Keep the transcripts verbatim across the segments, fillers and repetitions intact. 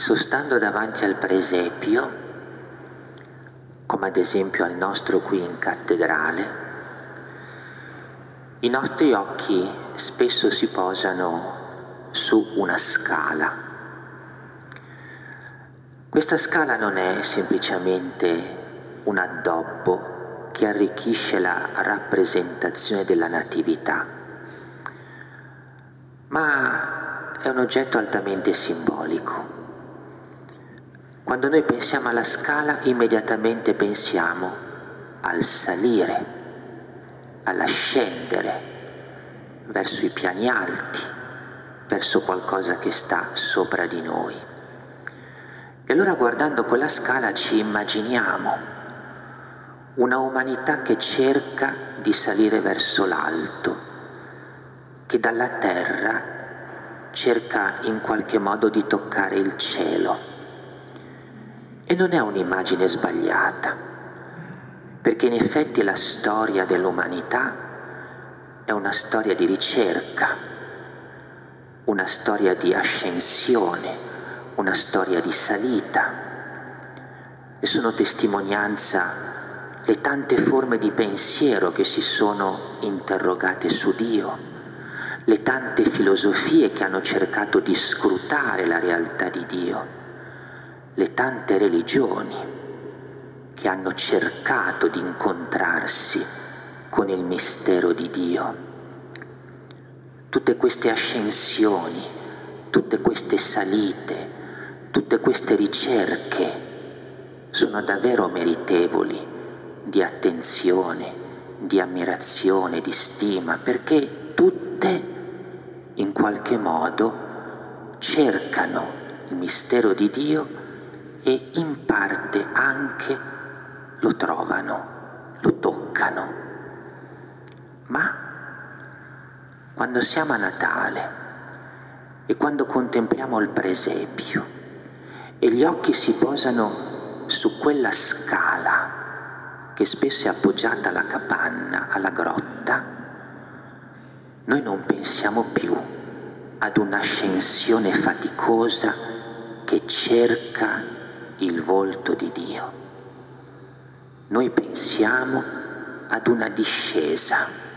sostando davanti al presepio, come ad esempio al nostro qui in cattedrale, i nostri occhi spesso si posano su una scala. Questa scala non è semplicemente un addobbo che arricchisce la rappresentazione della natività, ma è un oggetto altamente simbolico. Quando noi pensiamo alla scala, immediatamente pensiamo al salire, all'ascendere verso i piani alti, verso qualcosa che sta sopra di noi. E allora, guardando quella scala, ci immaginiamo una umanità che cerca di salire verso l'alto, che dalla terra cerca in qualche modo di toccare il cielo. E non è un'immagine sbagliata, perché in effetti la storia dell'umanità è una storia di ricerca, una storia di ascensione, una storia di salita. E sono testimonianza le tante forme di pensiero che si sono interrogate su Dio, le tante filosofie che hanno cercato di scrutare la realtà di Dio, le tante religioni che hanno cercato di incontrarsi con il mistero di Dio. Tutte queste ascensioni, tutte queste salite, tutte queste ricerche sono davvero meritevoli di attenzione, di ammirazione, di stima, perché tutte in qualche modo cercano il mistero di Dio e in parte anche lo trovano, lo toccano. Ma quando siamo a Natale e quando contempliamo il presepio e gli occhi si posano su quella scala che spesso è appoggiata alla capanna, alla grotta, noi non pensiamo più ad un'ascensione faticosa che cerca il volto di Dio. Noi pensiamo ad una discesa,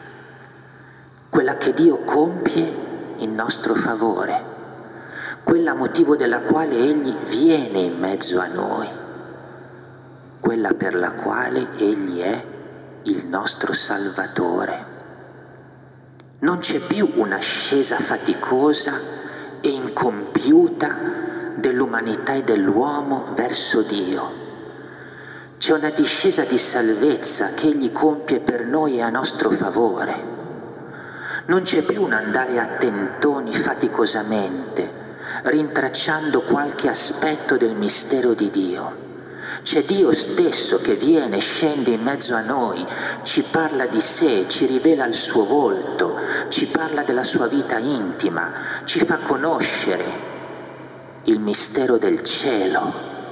quella che Dio compie in nostro favore, quella a motivo della quale Egli viene in mezzo a noi, quella per la quale Egli è il nostro Salvatore. Non c'è più un'ascesa faticosa e incompiuta dell'umanità e dell'uomo verso Dio. C'è una discesa di salvezza che Egli compie per noi e a nostro favore. Non c'è più un andare a tentoni faticosamente, rintracciando qualche aspetto del mistero di Dio. C'è Dio stesso che viene, scende in mezzo a noi, ci parla di sé, ci rivela il suo volto, ci parla della sua vita intima, ci fa conoscere il mistero del cielo.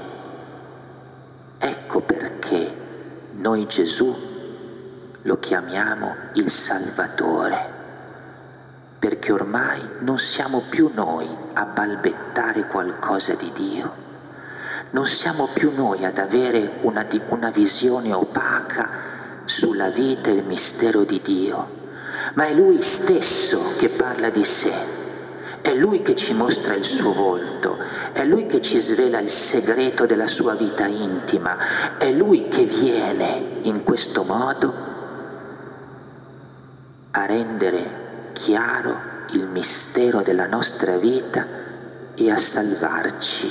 Ecco perché noi Gesù lo chiamiamo il Salvatore, perché ormai non siamo più noi a balbettare qualcosa di Dio, non siamo più noi ad avere una, una visione opaca sulla vita e il mistero di Dio, ma è Lui stesso che parla di sé. È Lui che ci mostra il suo volto, è Lui che ci svela il segreto della sua vita intima, è Lui che viene in questo modo a rendere chiaro il mistero della nostra vita e a salvarci.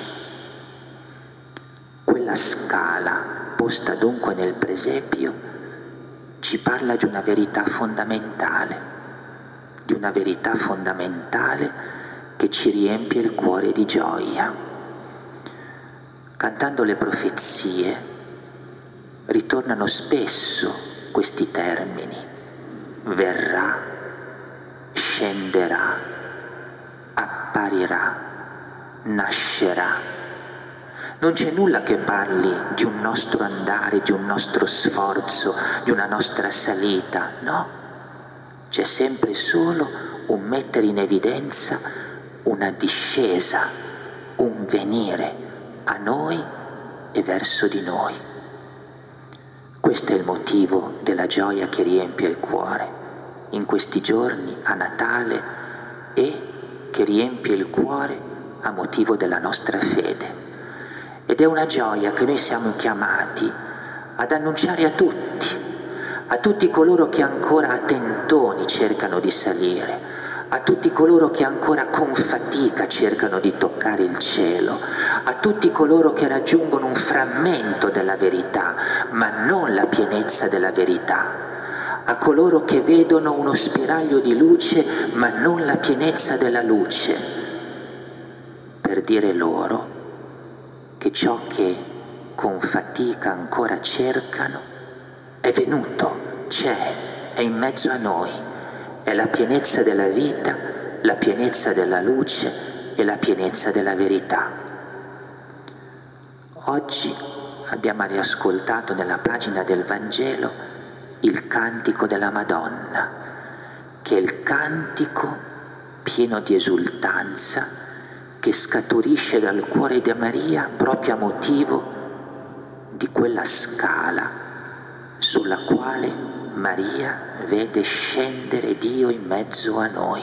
Quella scala posta dunque nel presepio ci parla di una verità fondamentale, di una verità fondamentale che ci riempie il cuore di gioia. Cantando le profezie ritornano spesso questi termini: verrà, scenderà, apparirà, nascerà. Non c'è nulla che parli di un nostro andare, di un nostro sforzo, di una nostra salita, no. C'è sempre solo un mettere in evidenza una discesa un venire a noi e verso di noi. Questo è il motivo della gioia che riempie il cuore in questi giorni a Natale e che riempie il cuore a motivo della nostra fede. Ed è una gioia che noi siamo chiamati ad annunciare a tutti, a tutti coloro che ancora a tentoni cercano di salire, a tutti coloro che ancora con fatica cercano di toccare il cielo, a tutti coloro che raggiungono un frammento della verità, ma non la pienezza della verità, a coloro che vedono uno spiraglio di luce, ma non la pienezza della luce, per dire loro che ciò che con fatica ancora cercano è venuto, c'è, è in mezzo a noi. È la pienezza della vita, la pienezza della luce e la pienezza della verità. Oggi abbiamo riascoltato nella pagina del Vangelo il cantico della Madonna, che è il cantico pieno di esultanza che scaturisce dal cuore di Maria proprio a motivo di quella scala sulla quale Maria vede scendere Dio in mezzo a noi,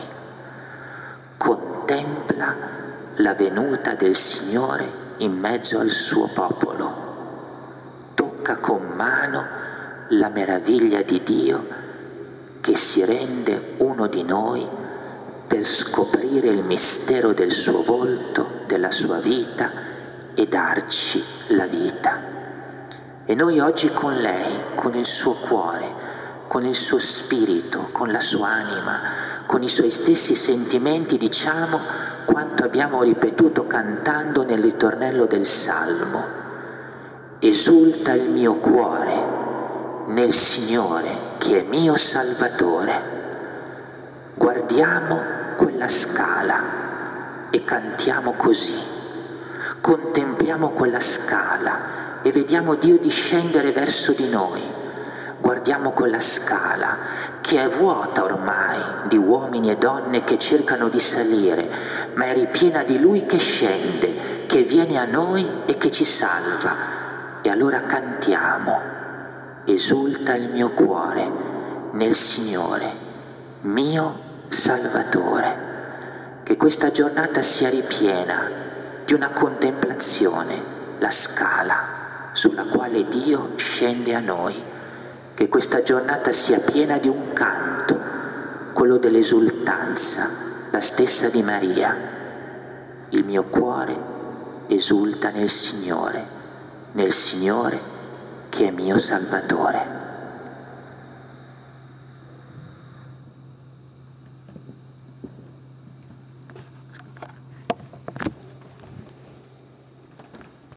contempla la venuta del Signore in mezzo al suo popolo, tocca con mano la meraviglia di Dio che si rende uno di noi per scoprire il mistero del suo volto, della sua vita e darci la vita. E noi oggi con lei, con il suo cuore, con il suo spirito, con la sua anima, con i suoi stessi sentimenti, diciamo quanto abbiamo ripetuto cantando nel ritornello del Salmo: esulta il mio cuore nel Signore che è mio Salvatore. Guardiamo quella scala e cantiamo così, contempliamo quella scala e vediamo Dio discendere verso di noi. Guardiamo quella scala che è vuota ormai di uomini e donne che cercano di salire, ma è ripiena di Lui che scende, che viene a noi e che ci salva. E allora cantiamo: esulta il mio cuore nel Signore, mio Salvatore. Che questa giornata sia ripiena di una contemplazione, la scala sulla quale Dio scende a noi. Che questa giornata sia piena di un canto, quello dell'esultanza, la stessa di Maria. Il mio cuore esulta nel Signore, nel Signore che è mio Salvatore.